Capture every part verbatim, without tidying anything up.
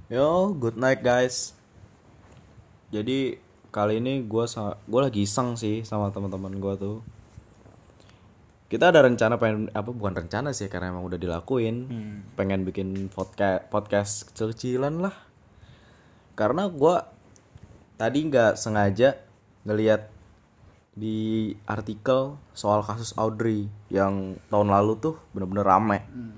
Yo, good night guys. Jadi kali ini gue gue lagi iseng sih sama teman-teman gue tuh. Kita ada rencana pengen apa bukan rencana sih karena emang udah dilakuin. Hmm. Pengen bikin podcast podcast kecil-kecilan lah. Karena gue tadi nggak sengaja ngelihat di artikel soal kasus Audrey yang tahun lalu tuh bener-bener rame. Hmm.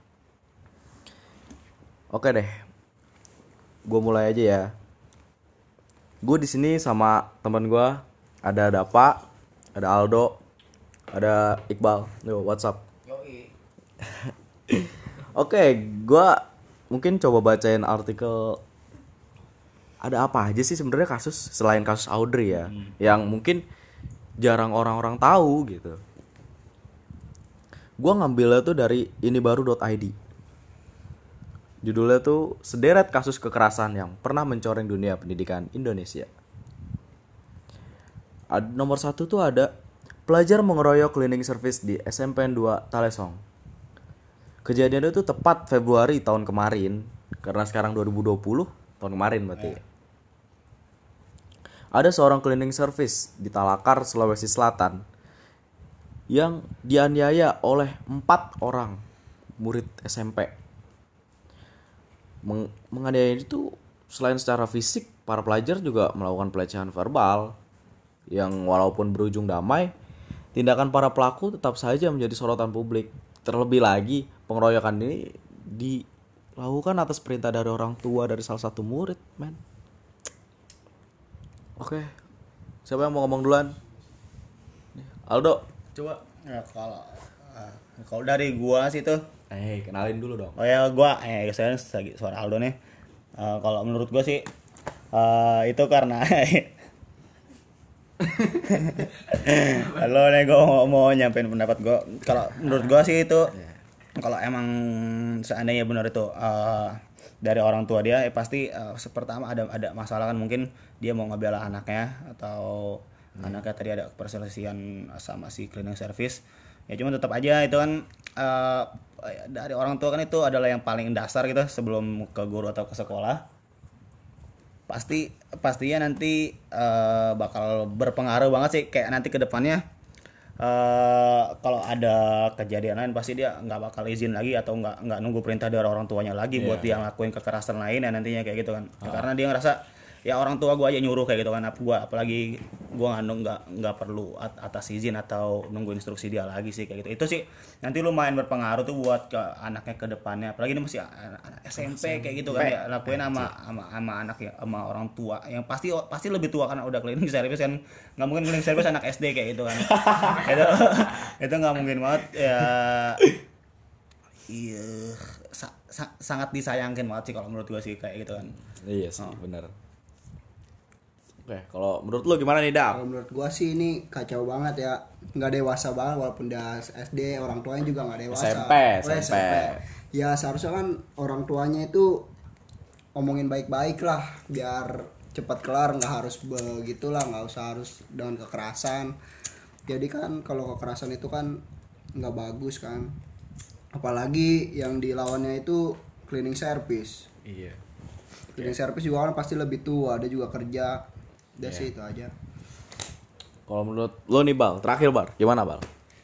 Oke deh, gue mulai aja ya. Gue di sini sama teman gue, ada Dapa, ada Aldo, ada Iqbal. Yo, what's up? Yoi. Oke, gue mungkin coba bacain artikel. Ada apa aja sih sebenarnya kasus selain kasus Audrey ya, hmm. yang mungkin jarang orang-orang tahu gitu. Gue ngambilnya tuh dari inibaru dot i d. Judulnya tuh sederet kasus kekerasan yang pernah mencoreng dunia pendidikan Indonesia. Ad, nomor satu tuh ada pelajar mengeroyok cleaning service di S M P N dua Talesong. Kejadian itu tepat Februari tahun kemarin, karena sekarang dua ribu dua puluh, tahun kemarin berarti. Eh. Ada seorang cleaning service di Talakar, Sulawesi Selatan yang dianiaya oleh empat orang murid S M P. Meng- menganiaya itu selain secara fisik, para pelajar juga melakukan pelecehan verbal yang walaupun berujung damai, tindakan para pelaku tetap saja menjadi sorotan publik. Terlebih lagi, pengeroyokan ini dilakukan atas perintah dari orang tua dari salah satu murid, men. Oke, siapa yang mau ngomong duluan? Aldo, coba. Ya, kalau uh, kalau dari gua sih tuh. Eh, kenalin dulu dong. Oh ya, gua eh saya lagi suara Aldo nih. Uh, kalau menurut gua sih uh, itu karena halo nih, gua mau, mau nyampein pendapat gua. Kalau menurut gua sih itu kalau emang seandainya benar itu uh, dari orang tua dia, eh pasti uh, pertama ada ada masalah kan, mungkin dia mau ngebela anaknya atau hmm. anaknya tadi ada perselisihan sama si cleaning service. Ya cuma tetap aja itu kan uh, dari orang tua kan itu adalah yang paling dasar gitu sebelum ke guru atau ke sekolah. Pasti pastinya nanti uh, bakal berpengaruh banget sih, kayak nanti ke depannya uh, kalau ada kejadian lain pasti dia nggak bakal izin lagi atau nggak nggak nunggu perintah dari orang tuanya lagi yeah. buat dia ngelakuin kekerasan lain ya nantinya kayak gitu kan. Oh. Karena dia ngerasa ya orang tua gue aja nyuruh kayak gitu kan, gue apalagi gue nggak nggak nggak perlu atas izin atau nunggu instruksi dia lagi sih kayak gitu. Itu sih nanti lumayan berpengaruh tuh buat ke anaknya ke depannya, apalagi ini masih anak S M P kayak gitu kan, ya lakuin sama sama sama anak ya, sama orang tua yang pasti pasti lebih tua karena udah cleaning service kan, nggak mungkin cleaning service anak S D kayak gitu kan. itu itu nggak mungkin banget ya. Iya, sa- sa- sangat disayangkan banget sih kalau menurut gue sih kayak gitu kan. Iya sih, oh. Benar. Oke, kalau menurut lu gimana nih, Dak? Kalau menurut gua sih ini kacau banget ya. Nggak dewasa banget walaupun dia S D, orang tuanya juga nggak dewasa. S M P, oh, S M P. Ya seharusnya kan orang tuanya itu ngomongin baik-baik lah biar cepat kelar, nggak harus begitulah, nggak usah harus dengan kekerasan. Jadi kan kalau kekerasan itu kan nggak bagus kan. Apalagi yang dilawannya itu cleaning service. Iya. Cleaning okay. service juga kan pasti lebih tua, dia juga kerja. Udah yeah. sih itu aja. Kalau menurut lo nih Bal, terakhir Bal, gimana Bal?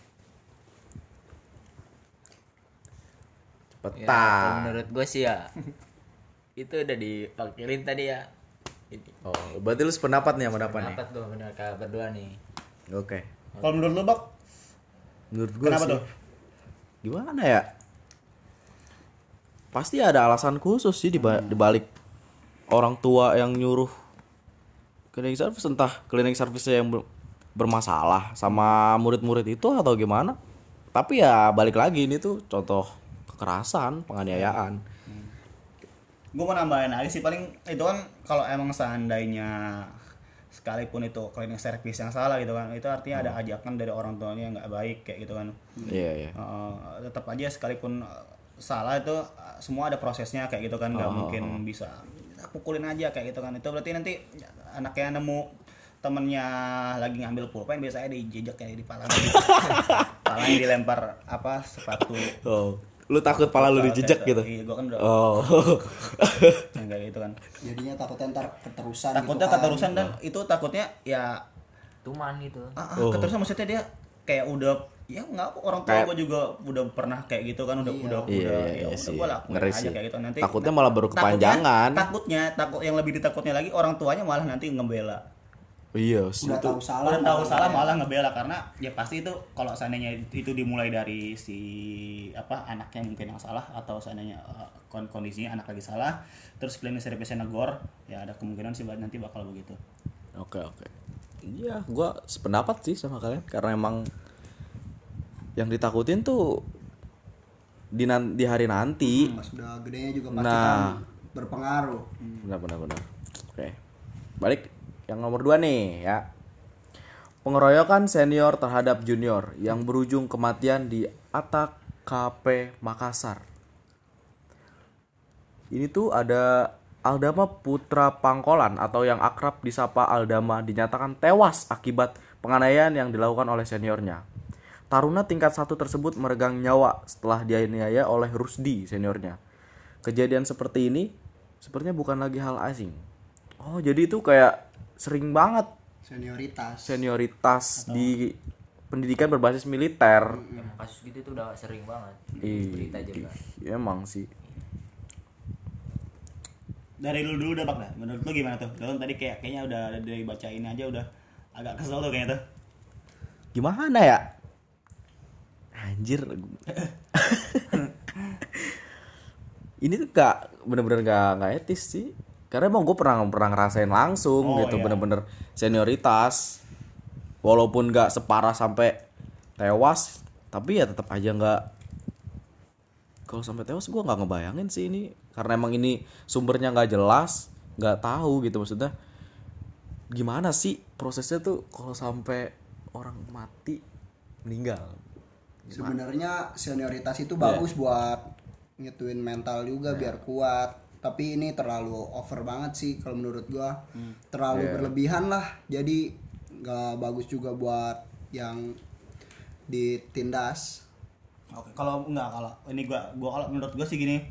Cepetan. Ya, kalau menurut gue sih ya itu udah diwakilin tadi ya. Oh, berarti lu sependapat nih sama Dapa nih? Sependapat gue bener kayak berdua nih. Oke. Okay. Kalau menurut lo Bak? Menurut gue kenapa sih, tuh? Gimana ya? Pasti ada alasan khusus sih dibalik, hmm. dibalik orang tua yang nyuruh cleaning service, entah cleaning service yang bermasalah sama murid-murid itu atau gimana. Tapi ya balik lagi, ini tuh contoh kekerasan, penganiayaan. Hmm. Gue mau nambahin aja sih, paling itu kan kalau emang seandainya sekalipun itu cleaning service yang salah gitu kan, itu artinya hmm. ada ajakan dari orang tuanya yang nggak baik kayak gitu kan. Iya yeah, iya. Yeah. Uh, tetap aja sekalipun salah itu semua ada prosesnya kayak gitu kan, nggak oh, mungkin oh. bisa pukulin aja kayak gitu kan. Itu berarti nanti anaknya nemu temennya lagi ngambil pulpen, biasanya dijejak kayak di pala gitu. Palanya dilempar apa sepatu. Oh, Lu takut pala lu Kalau dijejak kayak- gitu. Iya, gua kan udah Oh. yang kayak gitu kan. Jadinya takutnya ntar keterusan Takutnya gitu kan. keterusan dan itu takutnya ya Tuman gitu. ah, ah, Oh. keterusan maksudnya dia kayak udah ya nggak orang tua Kayak- gue juga udah pernah kayak gitu kan udah udah Iya, udah iya, ya iya udah sih. gue lakuin Ngeri aja sih. kayak gitu nanti Takutnya malah baru kepanjangan. takutnya, takutnya takut yang lebih ditakutnya lagi orang tuanya malah nanti ngebela Iya, sih Udah itu. tahu salah. udah tahu malah salah ya. malah ngebela karena ya pasti itu kalau seandainya itu dimulai dari si apa anaknya mungkin yang salah atau seandainya uh, kon- kondisinya anak lagi salah terus klinis servisnya negor ya ada kemungkinan sih nanti bakal begitu. Oke, oke. Iya, gua sependapat sih sama kalian karena emang yang ditakutin tuh di nan- di hari nanti. Pas udah gedenya juga pasti Nah. kan berpengaruh. Benar, benar, benar. Oke. Balik yang nomor dua nih ya. Pengeroyokan senior terhadap junior yang berujung kematian di Atak K P Makassar. Ini tuh ada Aldama Putra Pangkolan atau yang akrab disapa Aldama dinyatakan tewas akibat penganiayaan yang dilakukan oleh seniornya. Taruna tingkat satu tersebut meregang nyawa setelah dianiaya oleh Rusdi seniornya. Kejadian seperti ini sepertinya bukan lagi hal asing. Oh, jadi itu kayak sering banget Senioritas. senioritas di pendidikan berbasis militer. Emang kasus gitu tuh udah sering banget. Ih, Berita juga. ih, emang sih. Dari lu dulu udah bak dah. Menurut lu gimana tuh? Lu tadi kayak kayaknya udah dari bacain aja udah agak kesel tuh kayaknya tuh. Gimana ya? Anjir. Ini tuh gak bener-bener gak, gak etis sih. Karena emang gue pernah pernah ngerasain langsung Oh, gitu, iya. bener-bener senioritas. Walaupun gak separah sampai tewas, tapi ya tetap aja nggak. Kalau sampai tewas gue nggak ngebayangin sih ini, karena emang ini sumbernya nggak jelas, nggak tahu gitu maksudnya. Gimana sih prosesnya tuh kalau sampai orang mati meninggal? Sebenarnya senioritas itu Iya. bagus buat nyetuin mental juga biar kuat. Tapi ini terlalu over banget sih kalau menurut gua. Terlalu Iya. berlebihan lah. Jadi nggak bagus juga buat yang ditindas. Oke, kalau enggak kalau ini gua gua kalau menurut gua sih gini.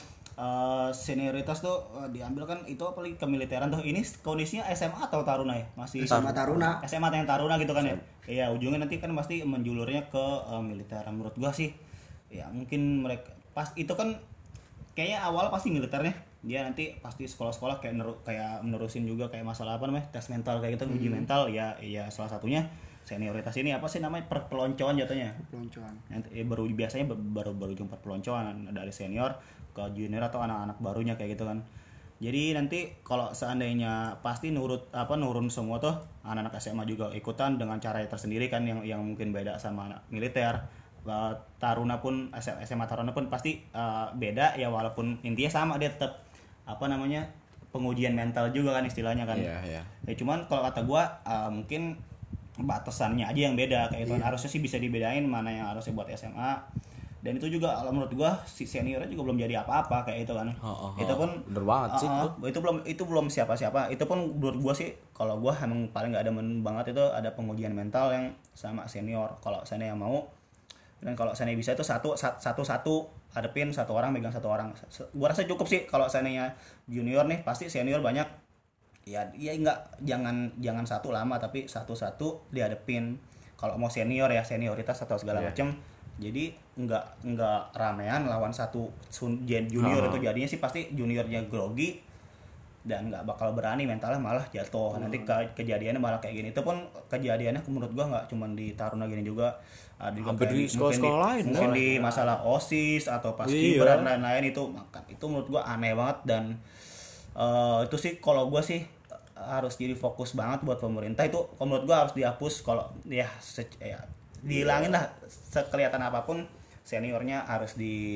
eh, senioritas tuh eh, diambil kan itu apalagi kemiliteran tuh ini kondisinya S M A atau Taruna ya masih Sama Taruna. S M A yang Taruna gitu kan ya iya ujungnya nanti kan pasti menjulurnya ke eh, militer menurut gua sih ya mungkin mereka pas itu kan kayaknya awal pasti militernya dia nanti pasti sekolah-sekolah kayak neru, kayak menerusin juga kayak masalah apa namanya tes mental kayak gitu uji mental ya ya salah satunya senioritas ini apa sih namanya perpeloncoan jatuhnya Peloncoan. nanti eh, baru biasanya ber- baru berujung perpeloncoan dari senior ke junior atau anak-anak barunya kayak gitu kan jadi nanti kalau seandainya pasti nurut apa nurun semua tuh anak-anak S M A juga ikutan dengan cara tersendiri kan yang yang mungkin beda sama anak militer. Uh, Taruna pun S M A Taruna pun pasti uh, beda ya walaupun intinya sama dia tetap apa namanya pengujian mental juga kan istilahnya kan Iya, iya. ya cuman kalau kata gua uh, mungkin batasannya aja yang beda kayak gitu kan. Harusnya sih bisa dibedain mana yang harusnya buat S M A dan itu juga kalau menurut gua si seniornya juga belum jadi apa-apa kayak itu kan Oh, oh, itu oh. pun Bener banget sih uh, itu. uh, itu belum itu belum siapa-siapa itu pun menurut gua sih kalau gua emang paling nggak ada men banget itu ada pengujian mental yang sama senior kalau saya yang mau dan kalau saya bisa itu satu satu satu hadepin satu orang megang satu orang gua rasa cukup sih kalau seandainya junior nih pasti senior banyak ya ya enggak jangan jangan satu lama tapi satu-satu dihadepin kalau mau senior ya senioritas atau segala Iya. macam jadi enggak enggak ramean lawan satu sun- gen- junior Oh. itu jadinya sih pasti juniornya grogi dan nggak bakal berani mentalnya malah jatuh nanti ke- kejadiannya malah kayak gini itu pun kejadiannya menurut gua nggak cuma di Taruna gini juga ada juga Hampir kayak di mungkin sekolah-sekolah lain, mungkin soalnya. di masalah OSIS atau pas Iya. kiber dan lain-lain itu maka itu menurut gua aneh banget dan eh, itu sih kalau gua sih harus jadi fokus banget buat pemerintah itu kalau menurut gua harus dihapus kalau ya, se- ya dihilangin lah sekelihatan apapun seniornya harus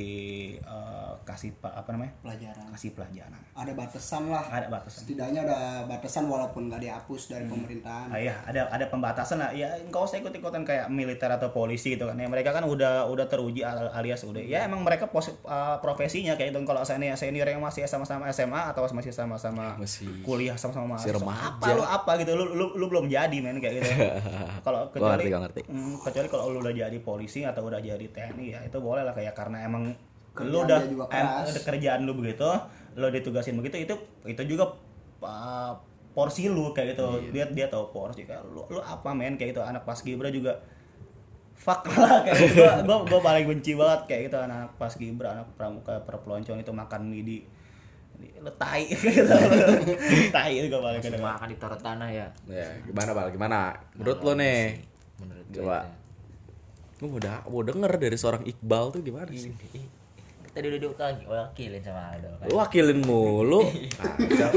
dikasih apa namanya Pelajaran. kasih pelajaran Ada batasan lah. ada batasan. Setidaknya ada batasan walaupun nggak dihapus dari pemerintahan. Ah, iya, ada ada pembatasan lah. Ya nggak usah ikut-ikutan kayak militer atau polisi gitu kan. Ya, mereka kan udah udah teruji al- alias udah. Ya emang mereka pos, uh, profesinya kayak gitu. Kalau senior senior yang masih sama-sama S M A atau masih sama-sama Masih kuliah sama-sama masih mahasiswa, remaja. apa lu apa gitu. Lu lu, lu belum jadi men kayak gitu. Kalau Gua kecuali ngerti, gua ngerti. Hmm, kecuali kalau lu udah jadi polisi atau udah jadi T N I ya itu boleh lah kayak karena emang lu Kerjaan udah dia juga em, keras. udah kerjaan lu begitu, lu ditugasin begitu, itu itu juga uh, porsi lu kayak gitu. Dia dia tahu porsi kayak lu lu apa men kayak gitu. Anak Paskibra juga fuck lah kayak gitu. Gua, gua gua paling benci banget kayak gitu anak Paskibra, anak pramuka perpeloncoan itu makan mie di di- lu tai gitu. Tai itu gua paling Masih kadang. makan di taruh tanah ya. Ya, gimana Bal? Gimana? Menurut lo nih? Menurut gue Coba. Gue mau, da- mau denger dari seorang Iqbal tuh gimana sih? tadi udah diwakilin sama Aldo kan. Lu wakilin mulu. Kacau.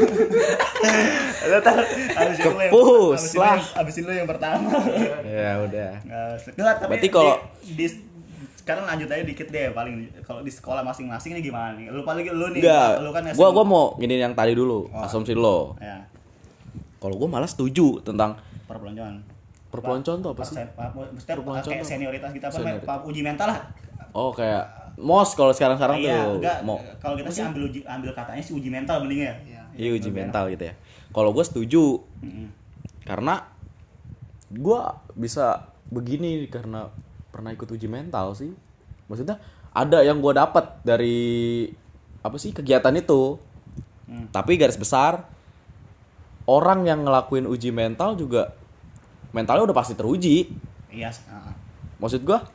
Lu tar abis itu lu yang- Kepus abis itu lah. yang- abis itu lu yang pertama. Ya udah. Enggak, tapi Berarti kalau- di, di sekarang lanjut aja dikit deh paling kalau di sekolah masing-masing nih gimana nih? Lu paling lu nih, Enggak. lu kan Gua gua mau gini yang tadi dulu, Oh. asumsi lo. ya, Kalau gua malah setuju tentang perpeloncoan. perpeloncoan tuh apa sih? Persen- Pak, maksudnya Perpeloncoan kayak tuh apa? senioritas kita apa? Senioritas. Pak uji mental lah. Oh, kayak mos kalau sekarang-sekarang Iya, tuh enggak. mau Kalau kita sih ambil uji ambil katanya sih uji mental mending ya. Iya. iya uji mental gitu ya. Kalau gua setuju Mm-mm. karena gua bisa begini karena pernah ikut uji mental sih. Maksudnya ada yang gua dapat dari apa sih kegiatan itu. Hmm. Tapi garis besar orang yang ngelakuin uji mental juga mentalnya udah pasti teruji. Iya, heeh. Maksud gua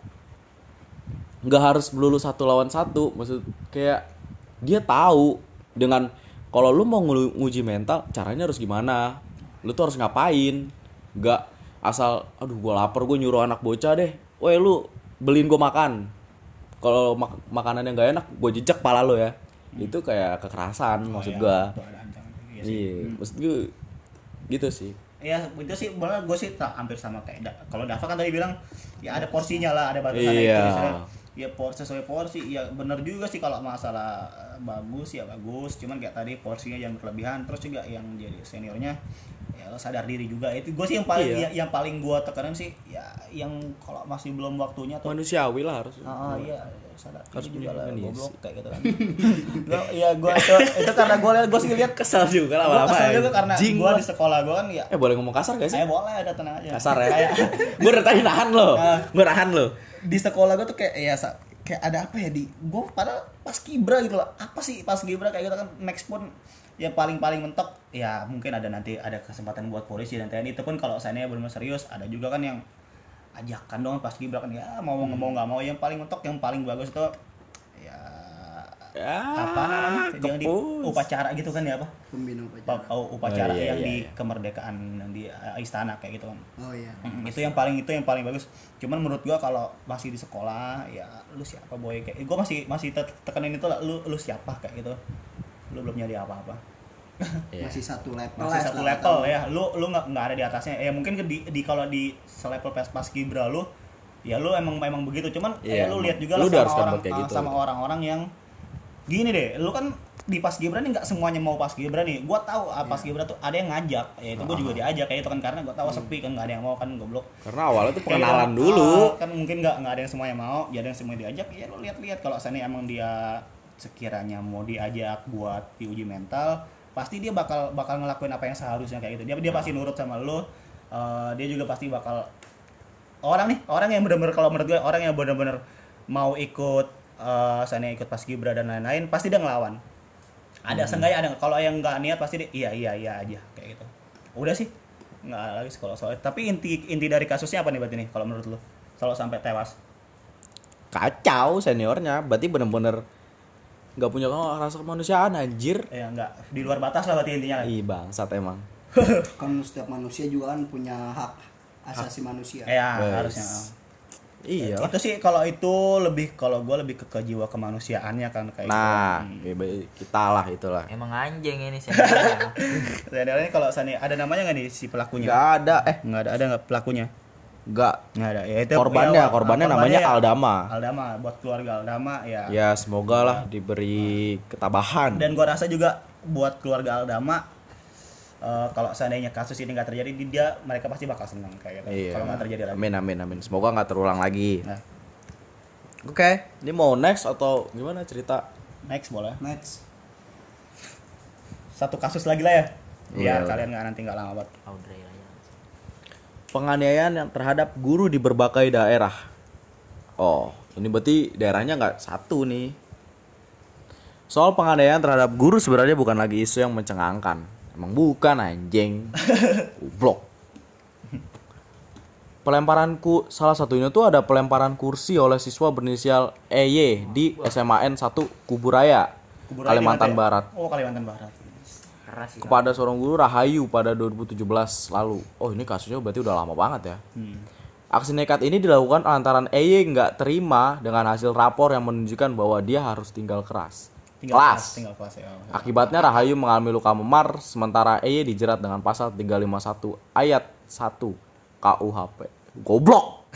nggak harus melulu satu lawan satu. Maksud kayak dia tahu dengan kalau lu mau ngelu- nguji mental caranya harus gimana, lu tuh harus ngapain. Nggak asal aduh gua lapar gua nyuruh anak bocah deh, woi lu beliin gua makan. Kalau mak- makanan yang nggak enak gua jejak pala lo ya. Itu kayak kekerasan Oh, maksud iya, gua. itu ada ancaman. Iya sih. Iya, maksud gua gitu sih. Ya itu sih malah gue sih tak hampir sama kayak da- kalau Dava kan tadi bilang ya ada porsinya lah, ada batasannya Iya. itu misalnya, ya por sesuai porsi. Ya benar juga sih kalau masalah eh, bagus ya bagus, cuman kayak tadi porsinya jangan berlebihan. Terus juga yang jadi seniornya ya lo sadar diri juga. Itu gue sih yang paling Iya. ya- yang paling gue tekanin sih ya yang kalau masih belum waktunya atau Manusiawi lah harus. ah ah, iya sadar Harus diri juga lah punya goblok kayak gitu kan. Lo ya gue itu, itu karena gue lihat gue sih lihat Kesal juga gue kesel juga karena Anjing gue lah. di sekolah gue kan ya Eh boleh ngomong kasar gak sih? eh boleh ada tenang aja Kasar ya. kayak Gue udah tadi nahan lo. Ah. Gue nahan lo. di sekolah gue tuh kayak ya sa- kayak ada apa ya di gue padahal pas kibra gitu loh, apa sih pas kibra kayak gitu kan. Next pun yang paling paling mentok ya mungkin ada nanti ada kesempatan buat polisi dan T N I. Itu pun kalau saya benar-benar serius, ada juga kan yang ajakan dong pas kibra kan ya mau nggak mau nggak mau. Yang paling mentok yang paling bagus itu ya Ya, apa namanya yang di kepus. upacara gitu kan ya apa Pembina Pa- upacara. oh, upacara Oh, iya, yang iya, di iya. kemerdekaan yang di uh, istana kayak gitu kan. Oh iya. Mm, itu yang paling itu yang paling bagus. Cuman menurut gua kalau masih di sekolah ya lu siapa boy kayak gua masih masih te- tekanin itu lah, lu lu siapa kayak gitu. Lu belum nyari apa-apa. Iya. Masih satu level. Masih lah, satu setelah level tahu. ya. Lu lu nggak nggak ada di atasnya. Ya mungkin ke di, di kalau di selevel pas pas kibra lu ya lu emang memang begitu. Cuman Iya, ya lu emang. lihat juga Lu lah udah harus sama orang dapat kayak ah, gitu. sama orang-orang yang gini deh, lu kan di pas Gibran nih nggak semuanya mau pas Gibran nih. Gua tahu ah, pas Gibran tuh ada yang ngajak, ya itu gua juga diajak kayak itu kan karena gua tahu sepi kan nggak ada yang mau kan goblok. Karena awalnya tuh Kayak pengenalan gitu. dulu. Ah, kan mungkin nggak nggak ada yang semuanya mau, jadi yang semuanya diajak ya lu lihat-lihat kalau sana emang dia sekiranya mau diajak buat diuji mental, pasti dia bakal bakal ngelakuin apa yang seharusnya kayak gitu. Dia dia pasti nurut sama lu. Eh, dia juga pasti bakal orang nih, orang yang benar-benar kalau menurut gue orang yang benar-benar mau ikut eh sana ikut pas Gibra dan lain-lain pasti dia ngelawan. Ada Hmm. seenggaknya ada, kalau yang nggak niat pasti dia iya iya iya aja kayak gitu. Udah sih nggak ada lagi kalau soal. Tapi inti inti dari kasusnya apa nih berarti nih kalau menurut lu? Kalau sampai tewas. Kacau seniornya, berarti bener-bener nggak punya rasa kemanusiaan anjir. Ya nggak di luar batas lah berarti intinya. Ih bangsat emang. Kan setiap manusia juga kan punya hak asasi manusia. Ya Wes. harusnya. Iya lah. Itu sih kalau itu lebih kalau gue lebih ke, ke jiwa kemanusiaannya kan kayak Nah, gitu. ya, baik, kita lah itulah. Emang anjing ini seniornya. Seniornya kalau sana ada namanya nggak nih si pelakunya? Nggak ada, eh Nggak ada ada nggak pelakunya? nggak. Nggak ada. Ya, itu Korbannya, ya, korbannya namanya ya, Aldama. Aldama buat keluarga Aldama ya. Ya semoga lah diberi ketabahan. Dan gua rasa juga buat keluarga Aldama eh, kalau seandainya kasus ini nggak terjadi dia mereka pasti bakal senang kayak gitu. Iya. Kalau nggak terjadi lagi. Amin amin amin. Semoga nggak terulang lagi. Nah, Oke, ini mau next atau gimana cerita? next boleh. Next. Satu kasus lagi lah ya. Iya. Biar kalian nggak nanti nggak lama banget. Audrey lah ya. Penganiayaan yang terhadap guru di berbagai daerah. Oh, ini berarti daerahnya nggak satu nih. Soal penganiayaan terhadap guru sebenarnya bukan lagi isu yang mencengangkan. Emang bukan anjing. Goblok. Pelemparan ku salah satunya tuh ada pelemparan kursi oleh siswa berinisial E Y di S M A N satu Kuburaya, Kuburaya Kalimantan di mana, Barat. ya? Oh, Kalimantan Barat. Keras sih. Kepada seorang guru Rahayu pada dua ribu tujuh belas lalu. Oh, ini kasusnya berarti udah lama banget ya. Hmm. Aksi nekat ini dilakukan lantaran E Y nggak terima dengan hasil rapor yang menunjukkan bahwa dia harus tinggal keras. Tinggal kelas. kelas, tinggal kelas ya. Akibatnya Rahayu mengalami luka memar, sementara E Y dijerat dengan pasal tiga lima satu ayat satu K U H P. Goblok.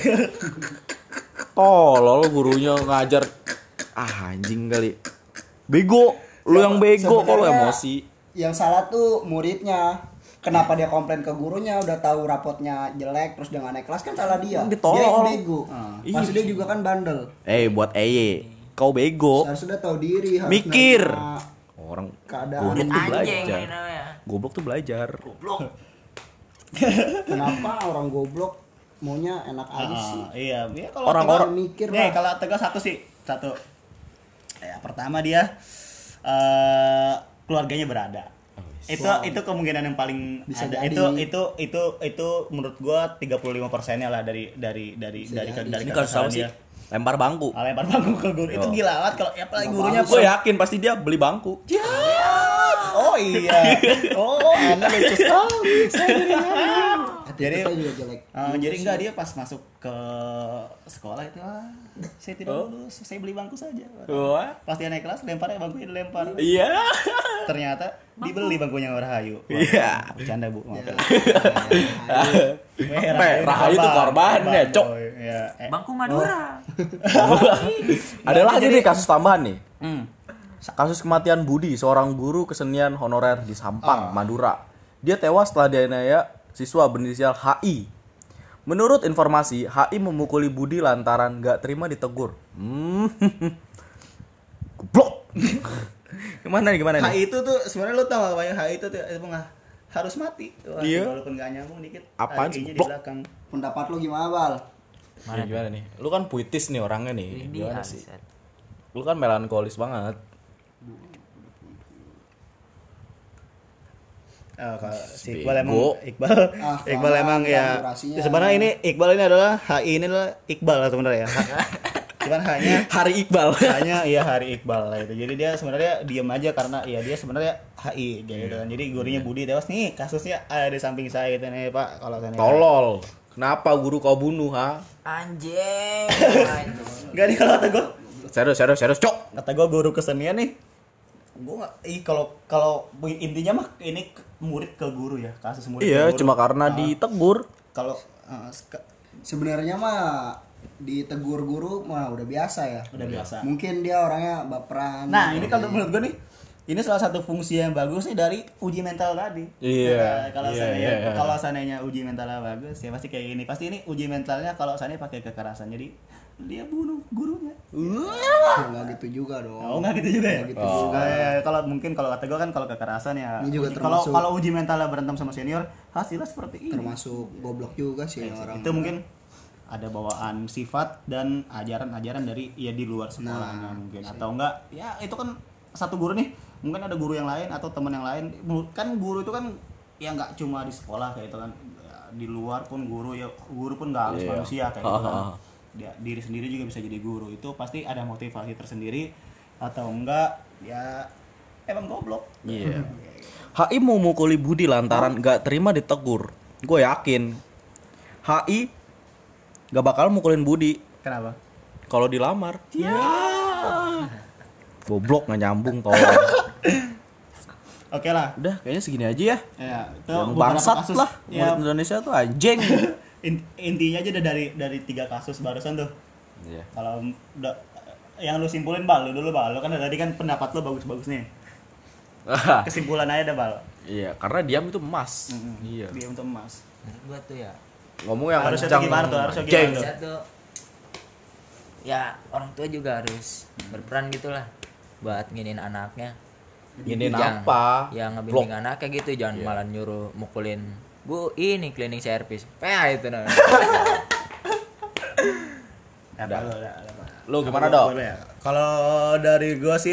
Tolol gurunya ngajar. Ah, anjing kali. Bego. Lu yang bego kalau Sebenarnya emosi. Yang salah tuh muridnya. Kenapa dia komplain ke gurunya, udah tahu rapotnya jelek terus dia nggak naik kelas, kan salah dia. Ditolol. Dia yang bego. Ah. Pasti dia juga kan bandel. Eh, buat E Y, kau bego. Harus sudah tahu diri, harus Mikir. nerima Orang keadaan. goblok tuh Anjing belajar. ini namanya. Goblok tuh belajar. Goblok. Kenapa orang goblok maunya enak aja sih? Ah, iya, iya kalau Orang-orang Tegal- mikir nih, lah. kalau Tegal satu sih, satu. Ya, pertama dia eh keluarganya berada. Itu Wow. itu kemungkinan yang paling Bisa ada. jadi. Itu itu itu itu menurut gua tiga puluh lima persennya lah dari dari dari Bisa dari jadi. dari Ini kasus apa kesalahan sih? dia. Lempar bangku. Ah, lempar bangku ke guru. Itu Oh. gila banget kalau ya apalagi Nggak gurunya bagus. Gue yakin pasti dia beli bangku. Oh iya. Oh, Anda lucu sekali. Saya jadi Jadi Attitude-nya juga jelek. Uh, jadi enggak, dia pas masuk ke sekolah itu ah, saya tidak Oh. lulus, saya beli bangku saja. Wah. Pas dia naik kelas lemparnya bangkunya dilempar. Iya. Ternyata dibeli bangkunya sama Rahayu. Wah, Iya. Bercanda Bu, maaf. Sampai Rahayu tuh korban ya, Cok. Ya, eh. Bangku Madura. Ada lagi nih kasus tambahan nih. Hmm. Kasus kematian Budi, seorang guru kesenian honorer di Sampang, Madura. Dia tewas setelah dianiaya siswa berinisial H I. Menurut informasi, H I memukuli Budi lantaran gak terima ditegur. Hmm. Goblok. Gimana nih, gimana H nih? itu tuh sebenarnya lu tau gak banyak H itu tuh itu nggak harus mati. Wah, Iya. Walaupun gak nyambung dikit. Apaan ada sih, I-nya di goblok? belakang. Pendapat lu gimana, Bal? Ya, gimana nih? Lu kan puitis nih orangnya nih. Ini Gimana sih? Alset. Lu kan melankolis banget. Oh, kalau si Bego. Iqbal emang Iqbal Ah, Iqbal kelamaan emang ya durasinya. sebenarnya ini Iqbal ini adalah H I ini adalah Iqbal lah sebenarnya ya. Cuman hanya Hari Iqbal. hanya ya hari Iqbal lah itu. Jadi dia sebenarnya diam aja karena ya dia sebenarnya H I gitu kan. Jadi gurunya Budi tewas nih, kasusnya ada di samping saya gitu nih Pak kalau saya. Tolol. Kenapa guru kau bunuh, ha? Anjing. Anjing. Enggak nih kalau kata gue, Serius, serius, serius, cok. kata gue guru kesenian nih. Gue nggak, ih kalau kalau intinya mah ini ke- murid ke guru ya, kasus murid Iya, ke guru. cuma karena Ah, ditegur. kalau ah, sek- Sebenarnya mah ditegur guru mah udah biasa ya. udah biasa. Mungkin dia orangnya baperan. Nah, ini kalau menurut gue nih, ini salah satu fungsi yang bagus nih dari uji mental tadi. Iya, Nah, kalau iya, seandainya iya, iya. kalau seandainya uji mentalnya bagus, ya pasti kayak gini. Pasti ini uji mentalnya kalau seandainya pakai kekerasan. Jadi dia bunuh gurunya. Ya, nggak gitu juga dong. Oh, enggak gitu juga ya? Nggak gitu Oh. juga. Nah, ya, kalau mungkin kalau kata gue kan kalau kekerasan ya Ini juga uji- kalau termasuk- kalau uji mentalnya berantem sama senior, hasilnya seperti ini. Termasuk goblok juga sih Ya, orang. itu mungkin ada bawaan sifat dan ajaran-ajaran dari ya di luar sekolahnya Nah, mungkin atau enggak ya itu kan satu guru nih mungkin ada guru yang lain atau teman yang lain kan guru itu kan ya nggak cuma di sekolah kayak itu kan ya, di luar pun guru ya guru pun nggak harus Iya. manusia kayak gitu kan Ah, ah, ah. dia diri sendiri juga bisa jadi guru itu pasti ada motivasi tersendiri atau enggak ya emang goblok. Iya. H I mau mukuli Budi lantaran gak terima ditegur. Gue yakin H I gak bakal mukulin Budi Kenapa? kalau dilamar. Ya. Goblok nggak nyambung tolong. Oke lah. Udah kayaknya segini aja ya. Ya, itu Yang beberapa bangsat kasus lah. ya, Murid Indonesia tuh anjing. in- intinya aja udah dari dari tiga kasus barusan tuh. Iya. Kalau udah yang lu simpulin Bal, lu dulu Bal. Lu kan tadi kan pendapat lu bagus-bagus nih. Kesimpulan aja dah Bal. Iya, karena diam itu emas. Mm-mm. Iya. Dia untuk emas. Menurut gua tuh ya. Ngomong yang Harusnya kencang. tuh gimana tuh? Harusnya Anjing. gimana tuh? Satu. Ya, orang tua juga harus berperan gitulah buat nginin anaknya. Nginin Jangan- apa? Ya ngebimbing anaknya gitu, jangan Iya. malah nyuruh mukulin. Bu, ini cleaning service. P A itu nah. Ya, Bal, udah, udah, Bal. Lu gimana, Gua- Dok? gua dulu ya. Kalau dari gua sih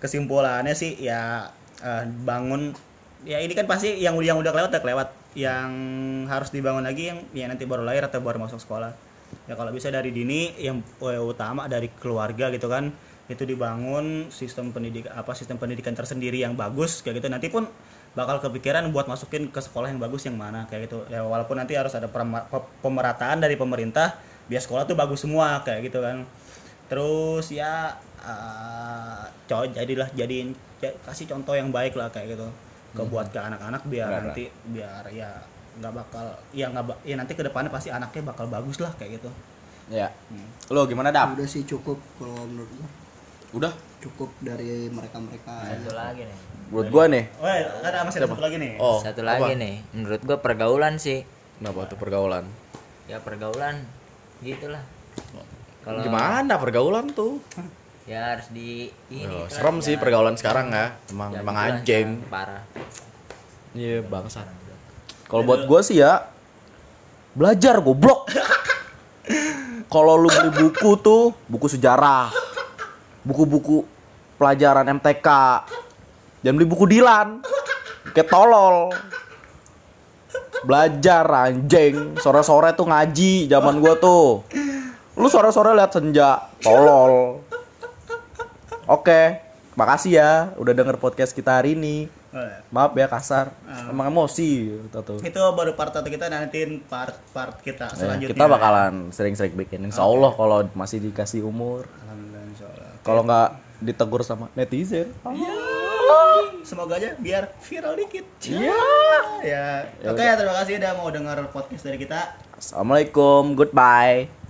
kesimpulannya sih ya eh, bangun ya ini kan pasti yang yang udah kelewat udah kelewat, yang harus dibangun lagi yang ya nanti baru lahir atau baru masuk sekolah. Ya kalau bisa dari dini yang eh, utama dari keluarga gitu kan, itu dibangun sistem pendidikan apa sistem pendidikan tersendiri yang bagus kayak gitu, nanti pun bakal kepikiran buat masukin ke sekolah yang bagus yang mana kayak gitu ya, walaupun nanti harus ada perma- pe- pemerataan dari pemerintah biar sekolah tuh bagus semua kayak gitu kan. Terus ya uh, coy jadilah jadiin ya, kasih contoh yang baik lah kayak gitu ke buat ke anak-anak biar Benar, nanti biar ya nggak bakal ya nggak ba- ya nanti kedepannya pasti anaknya bakal bagus lah kayak gitu. Ya. Lo gimana, Dap? Udah sih cukup kalau menurut gua. Udah? Cukup dari mereka-mereka. Satu lagi nih. Menurut gua nih. Wah ada masih ada satu lagi nih. Oh, Satu apa? lagi nih. Menurut gua pergaulan sih. Kenapa tuh pergaulan? Ya pergaulan gitulah. Kalau Gimana pergaulan tuh? ya harus di ini Oh, lah, serem sih jangan- pergaulan sekarang ya. Emang jangan emang gitulah, anjing. jangan parah. Iya, bangsat. Kalau buat gua sih ya belajar goblok. Kalau lu beli buku tuh, buku sejarah, buku-buku pelajaran M T K, jangan beli buku Dilan, kayak tolol. Belajar anjing, sore-sore tuh ngaji zaman gua tuh. Lu sore-sore lihat senja, tolol. Oke, makasih ya udah denger podcast kita hari ini. Maaf ya kasar, emang emosi tuh. Itu baru part satu, kita nantiin part-part kita Ya, selanjutnya. kita bakalan sering-sering bikin. Insya Allah kalau masih dikasih umur. Alhamdulillah insyaallah. Kalau nggak ditegur sama netizen. Semoga aja biar viral dikit. Iya. Ya. Oke, terima kasih udah mau dengar podcast dari kita. Assalamualaikum, goodbye.